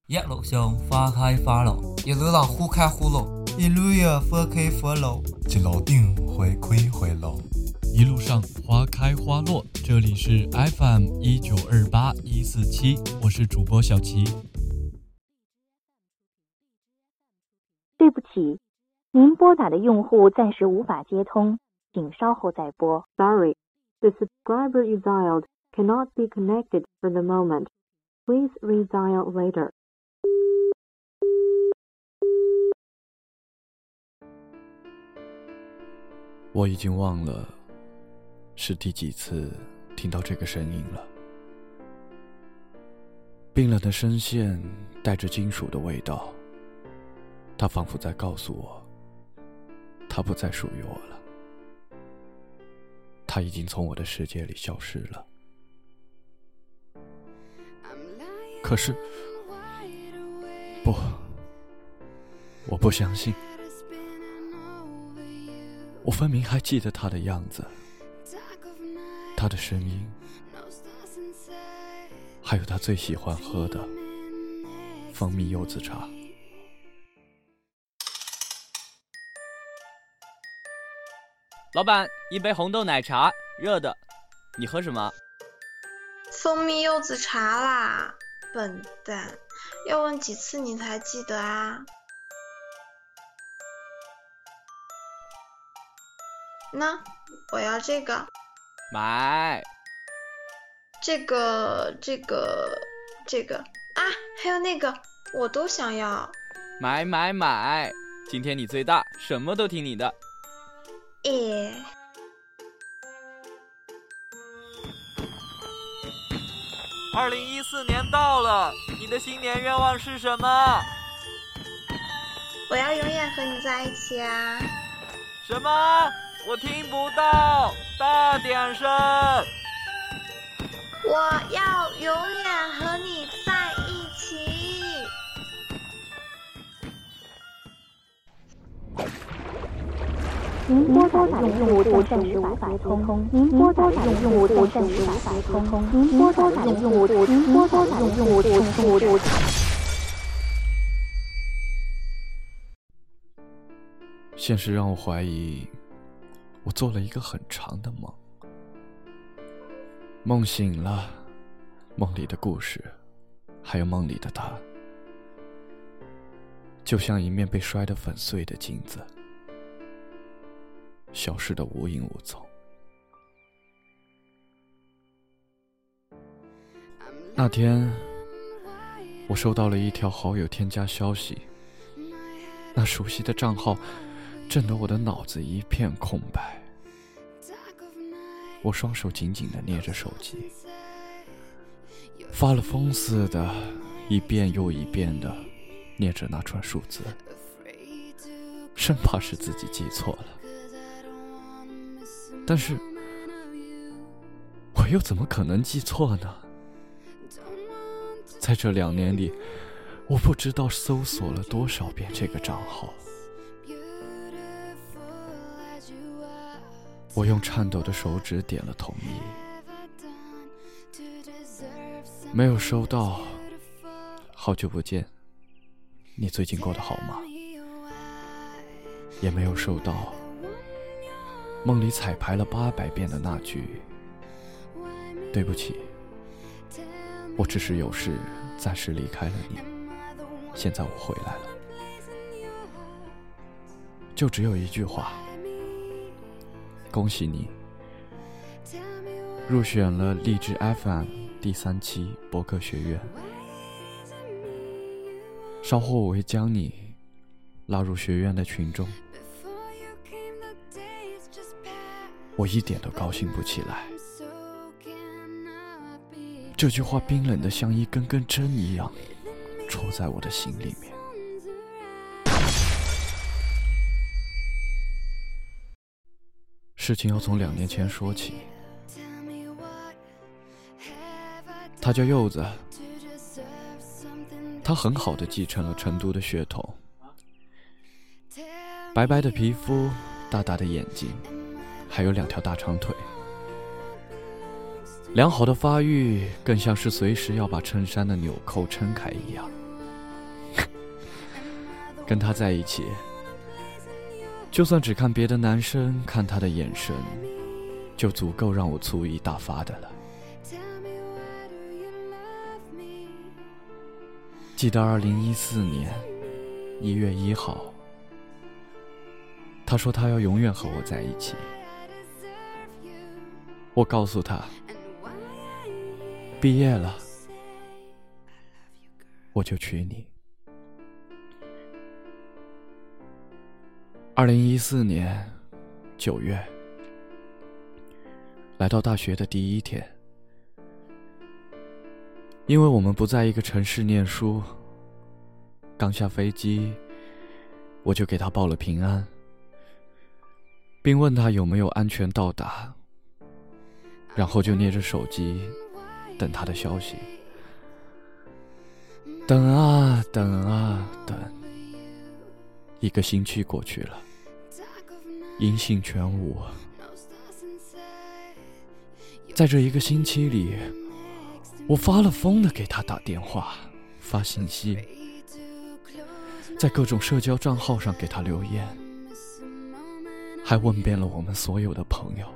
一路上花开花落， 一路上花开花落， 一路呀花开花落， 一路顶回归回落， 一路上花开花落。这里是 FM1928147，我是主播小齐。 对不起，您拨打的用户暂时无法接通，请稍后再拨。Sorry, the subscriber you dialed cannot be connected for the moment. Please redial later. 我已经忘了是第几次听到这个声音了。冰冷的声线带着金属的味道，它仿佛在告诉我，它不再属于我了，它已经从我的世界里消失了。可是不，我不相信。我分明还记得他的样子，他的声音，还有他最喜欢喝的蜂蜜柚子茶。 老板，一杯红豆奶茶，热的。你喝什么？ 蜂蜜柚子茶啦，笨蛋！要问几次你才记得啊？那我要这个。 买。 这个啊，还有那个，我都想要。 买！今天你最大，什么都听你的。 2014年到了，你的新年愿望是什么？ 我要永远和你在一起啊！ 什么？我听不到，大点声！ 我要永远和你在一起。 您拨打的用户暂时无法接通。您拨打的用户暂时无法接通。您拨打的用户现实让我怀疑，我做了一个很长的梦。梦醒了，梦里的故事，还有梦里的他，就像一面被摔得粉碎的镜子，消失得无影无踪。那天，我收到了一条好友添加消息，那熟悉的账号震得我的脑子一片空白。我双手紧紧地捏着手机，发了疯似的一遍又一遍地念着那串数字，生怕是自己记错了。但是我又怎么可能记错呢？在这2年里，我不知道搜索了多少遍这个账号。我用颤抖的手指点了同意，没有收到。好久不见，你最近过得好吗？也没有收到梦里彩排了800遍的那句对不起，我只是有事暂时离开了你，现在我回来了。就只有一句话，恭喜你入选了励志 FM 第3期播客学院，稍后我会将你拉入学院的群中。我一点都高兴不起来，这句话冰冷的像一根根针一样戳在我的心里面。事情要从2年前说起。他叫柚子，他很好的继承了成都的血统，白白的皮肤，大大的眼睛，还有2条大长腿。良好的发育更像是随时要把衬衫的纽扣撑开一样。 跟他在一起，就算只看别的男生看他的眼神，就足够让我醋意大发的了。记得2014年1月1号，他说他要永远和我在一起。我告诉他，毕业了我就娶你。2014年9月，来到大学的第一天，因为我们不在一个城市念书，刚下飞机，我就给他报了平安，并问他有没有安全到达，然后就捏着手机等他的消息。等啊等啊等，1个星期过去了，音信全无。在这1个星期里，我发了疯的给他打电话发信息，在各种社交账号上给他留言，还问遍了我们所有的朋友。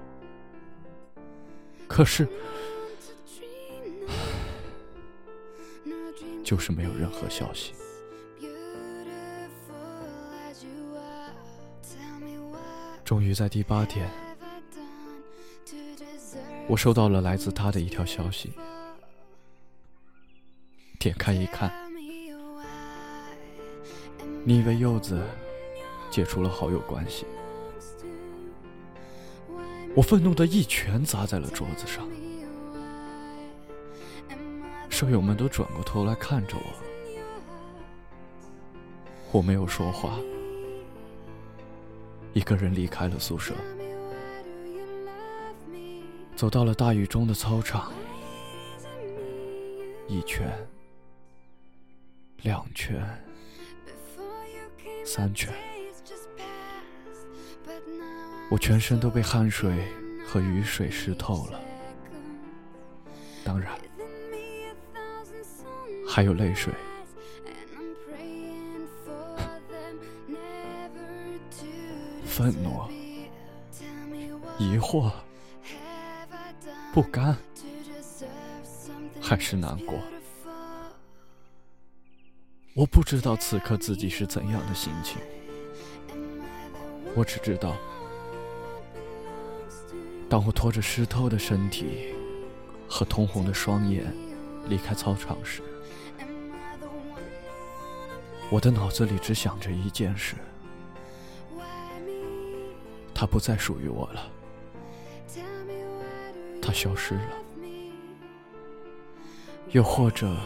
可是就是没有任何消息。终于在第8天，我收到了来自他的一条消息，点开一看，你以为柚子解除了好友关系。我愤怒的一拳砸在了桌子上，舍友们都转过头来看着我，我没有说话，一个人离开了宿舍，走到了大雨中的操场，1圈2圈3圈，我全身都被汗水和雨水湿透了，当然还有泪水。愤怒、疑惑、不甘，还是难过。我不知道此刻自己是怎样的心情，我只知道，当我拖着湿透的身体和通红的双眼离开操场时，我的脑子里只想着一件事，他不再属于我了，他消失了，又或者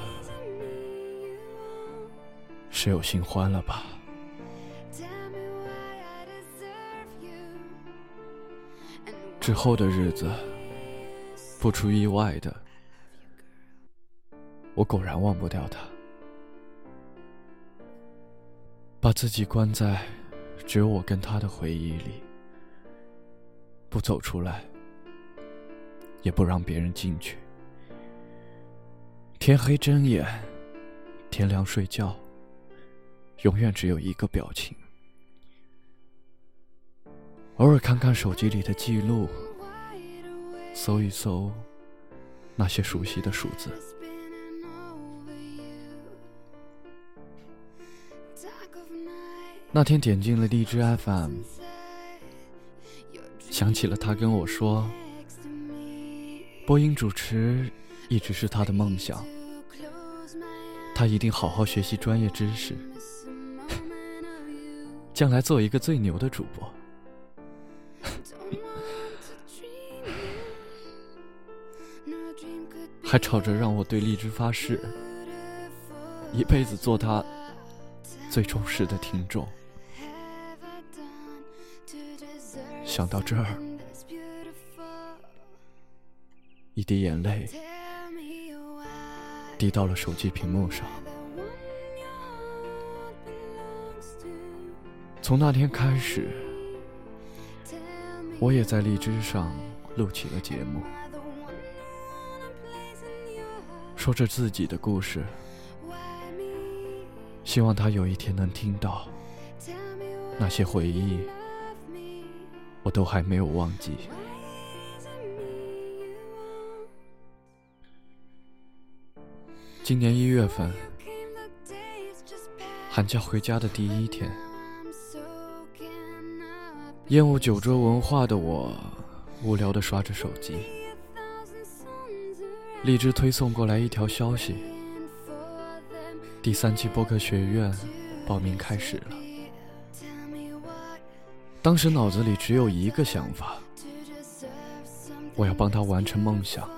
是有新欢了吧。之后的日子，不出意外的，我果然忘不掉他，把自己关在只有我跟他的回忆里，不走出来，也不让别人进去。天黑睁眼，天亮睡觉，永远只有一个表情。偶尔看看手机里的记录，搜一搜那些熟悉的数字。那天点进了荔枝 FM， 想起了他跟我说，播音主持一直是他的梦想，他一定好好学习专业知识，将来做一个最牛的主播。还吵着让我对荔枝发誓，一辈子做他最忠实的听众。想到这儿，一滴眼泪滴到了手机屏幕上。从那天开始，我也在荔枝上录起了节目，说着自己的故事， 希望他有一天能听到，那些回忆我都还没有忘记。今年1月份，寒假回家的第1天，厌恶酒桌文化的我无聊地刷着手机，荔枝推送过来一条消息，第3期播客学院报名开始了。当时脑子里只有一个想法，我要帮他完成梦想，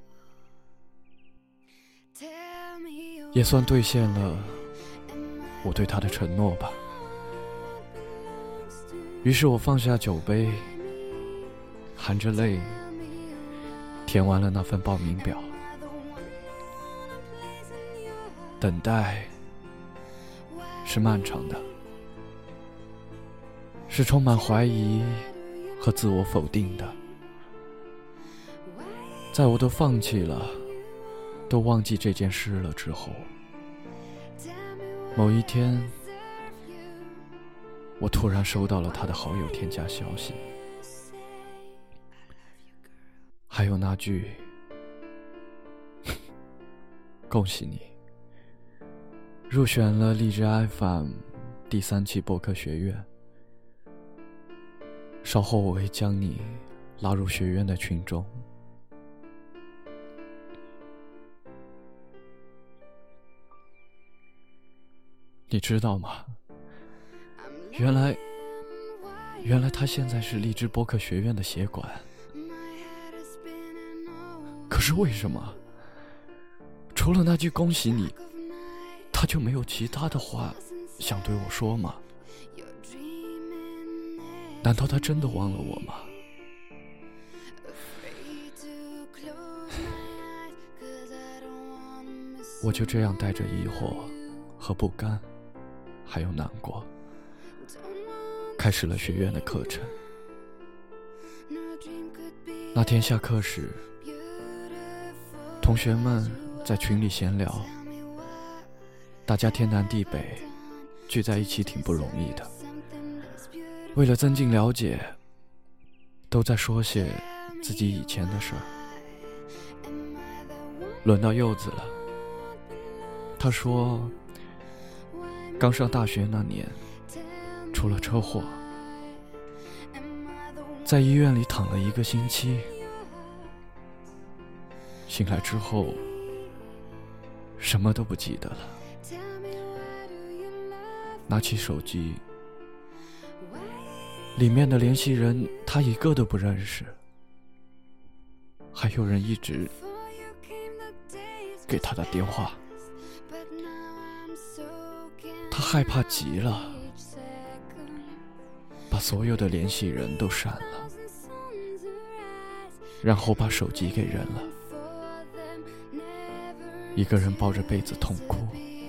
也算兑现了我对他的承诺吧。于是我放下酒杯，含着泪填完了那份报名表。等待是漫长的，是充满怀疑和自我否定的。在我都放弃了，都忘记这件事了之后，某一天，我突然收到了他的好友添加消息，还有那句恭喜你入选了荔枝 FM 第3期播客学院，稍后我会将你拉入学院的群中。你知道吗？原来他现在是荔枝播客学院的协管。可是为什么除了那句恭喜你，他就没有其他的话想对我说吗？难道他真的忘了我吗？我就这样带着疑惑和不甘还有难过，开始了学院的课程。那天下课时，同学们在群里闲聊，大家天南地北聚在一起挺不容易的，为了增进了解，都在说些自己以前的事儿。轮到柚子了，他说刚上大学那年出了车祸，在医院里躺了1个星期，醒来之后什么都不记得了。拿起手机，里面的联系人他一个都不认识，还有人一直给他打电话。他害怕极了，把所有的联系人都删了，然后把手机给扔了，一个人抱着被子痛哭。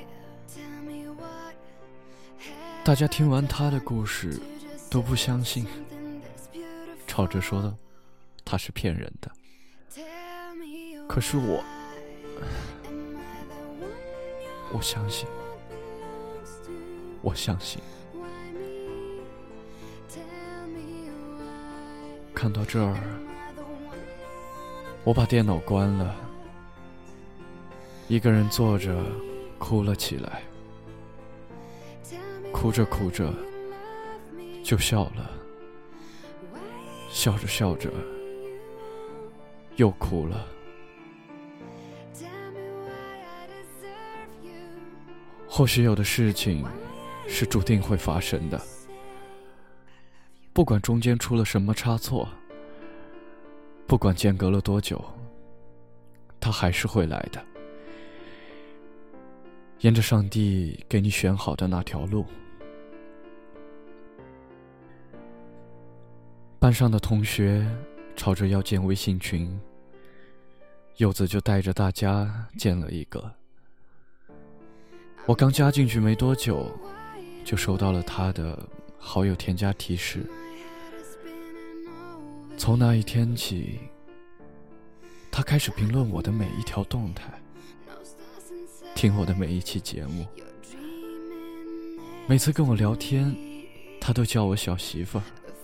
大家听完他的故事都不相信，吵着说他是骗人的。可是我相信，我相信。看到这儿，我把电脑关了，一个人坐着哭了起来，哭着哭着就笑了，笑着笑着又哭了。或许有的事情是注定会发生的，不管中间出了什么差错，不管间隔了多久，它还是会来的，沿着上帝给你选好的那条路。班上的同学吵着要建微信群，柚子就带着大家建了一个。我刚加进去没多久，就收到了他的好友添加提示。从那一天起，他开始评论我的每一条动态，听我的每一期节目， 每次跟我聊天，他都叫我小媳妇儿。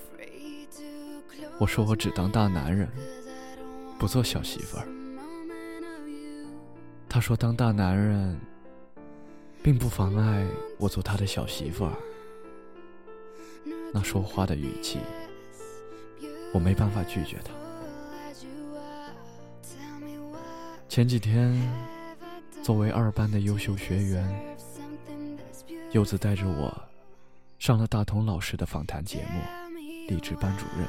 我说我只当大男人，不做小媳妇儿。他说当大男人并不妨碍我做他的小媳妇儿。那说话的语气，我没办法拒绝他。前几天，作为2班的优秀学员，柚子带着我上了大同老师的访谈节目《励志班主任》。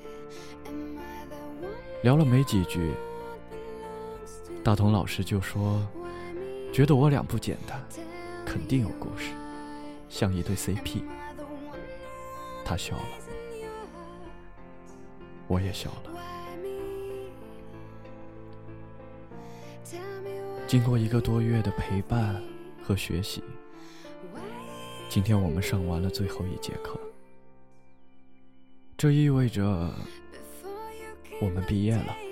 聊了没几句，大同老师就说觉得我俩不简单，肯定有故事，像一对 CP。 他笑了，我也笑了。经过1个多月的陪伴和学习，今天我们上完了最后1节课，这意味着我们毕业了。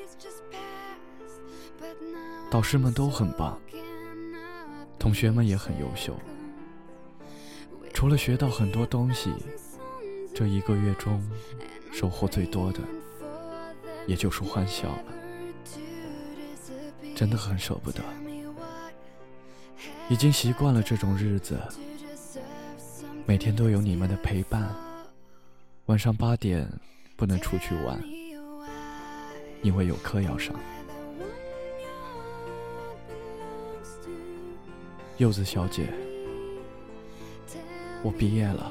导师们都很棒，同学们也很优秀。除了学到很多东西，这1个月中收获最多的也就是欢笑了。真的很舍不得，已经习惯了这种日子，每天都有你们的陪伴。晚上8点不能出去玩，因为有课要上。柚子小姐，我毕业了。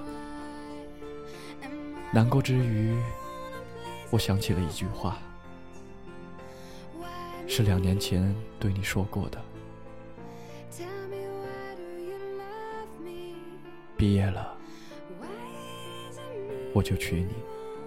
难过之余，我想起了一句话，是2年前对你说过的。毕业了，我就娶你。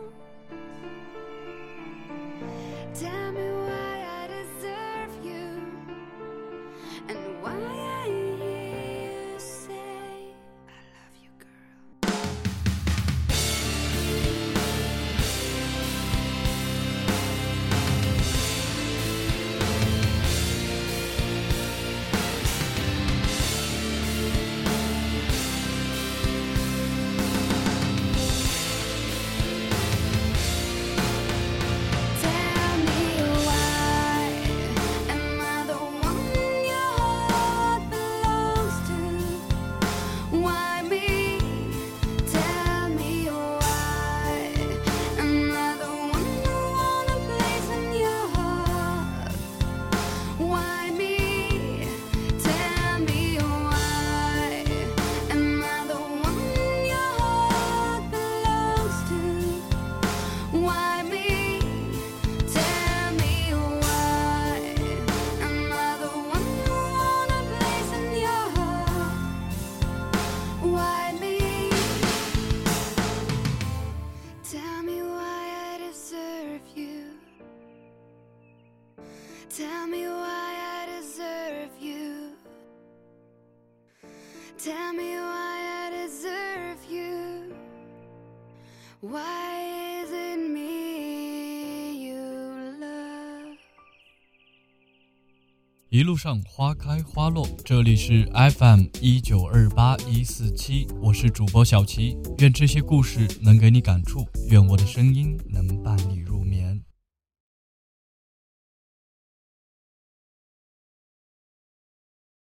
Tell me why I deserve you. Tell me why I deserve you. Why is it me you love? 一路上花开花落，这里是 FM 1928147，我是主播小齐。愿这些故事能给你感触，愿我的声音能伴你入